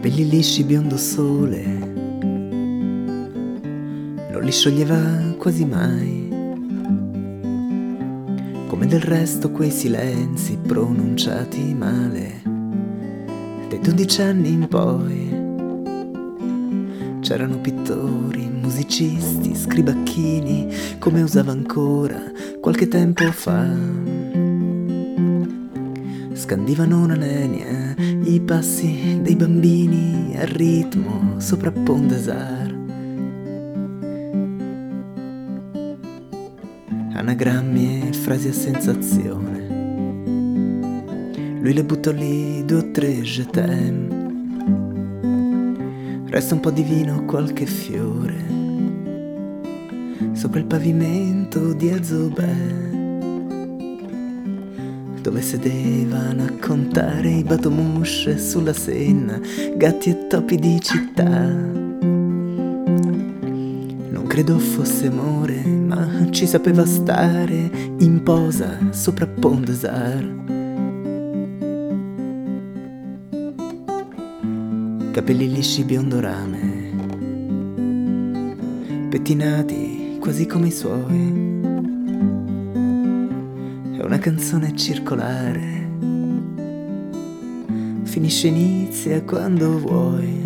Capelli lisci, biondo sole, non li scioglieva quasi mai, come del resto quei silenzi pronunciati male. Dai 12 anni in poi c'erano pittori, musicisti, scribacchini, come usava ancora qualche tempo fa. Scandivano una nenia i passi dei bambini al ritmo sopra Pont des Arts. Anagrammi e frasi a sensazione, lui le buttò lì 2 o 3 je t'aime. Resta un po' di vino, qualche fiore sopra il pavimento di Azobè, dove sedevano a contare i batomusce sulla Senna, gatti e topi di città. Non credo fosse amore, ma ci sapeva stare in posa sopra Pont des Arts. Capelli lisci, biondo rame, pettinati quasi come i suoi. È una canzone circolare, finisce, inizia quando vuoi.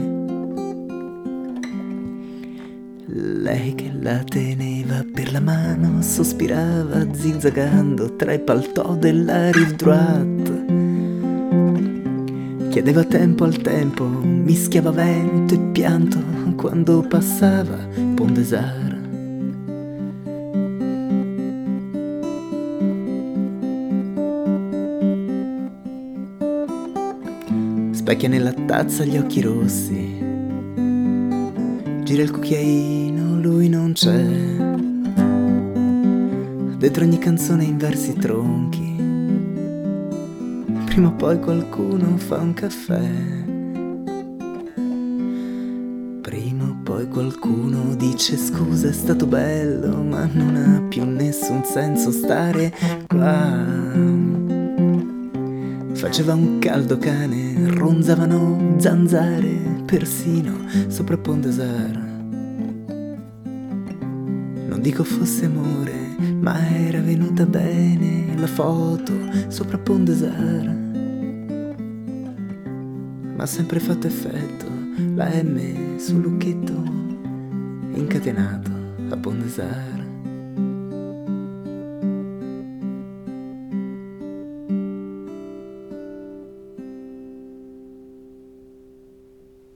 Lei che la teneva per la mano sospirava zigzagando tra i paltò della Rive Droite. Chiedeva tempo al tempo, mischiava vento e pianto quando passava Pont des Arts. Specchia nella tazza gli occhi rossi, gira il cucchiaino, lui non c'è. Dentro ogni canzone in versi tronchi, prima o poi qualcuno fa un caffè. Prima o poi qualcuno dice scusa, è stato bello, ma non ha più nessun senso stare qua. Faceva un caldo cane, ronzavano zanzare persino sopra Pont des Arts. Non dico fosse amore, ma era venuta bene la foto sopra Pont des Arts. Ma ha sempre fatto effetto la M sul lucchetto incatenato a Pont des Arts.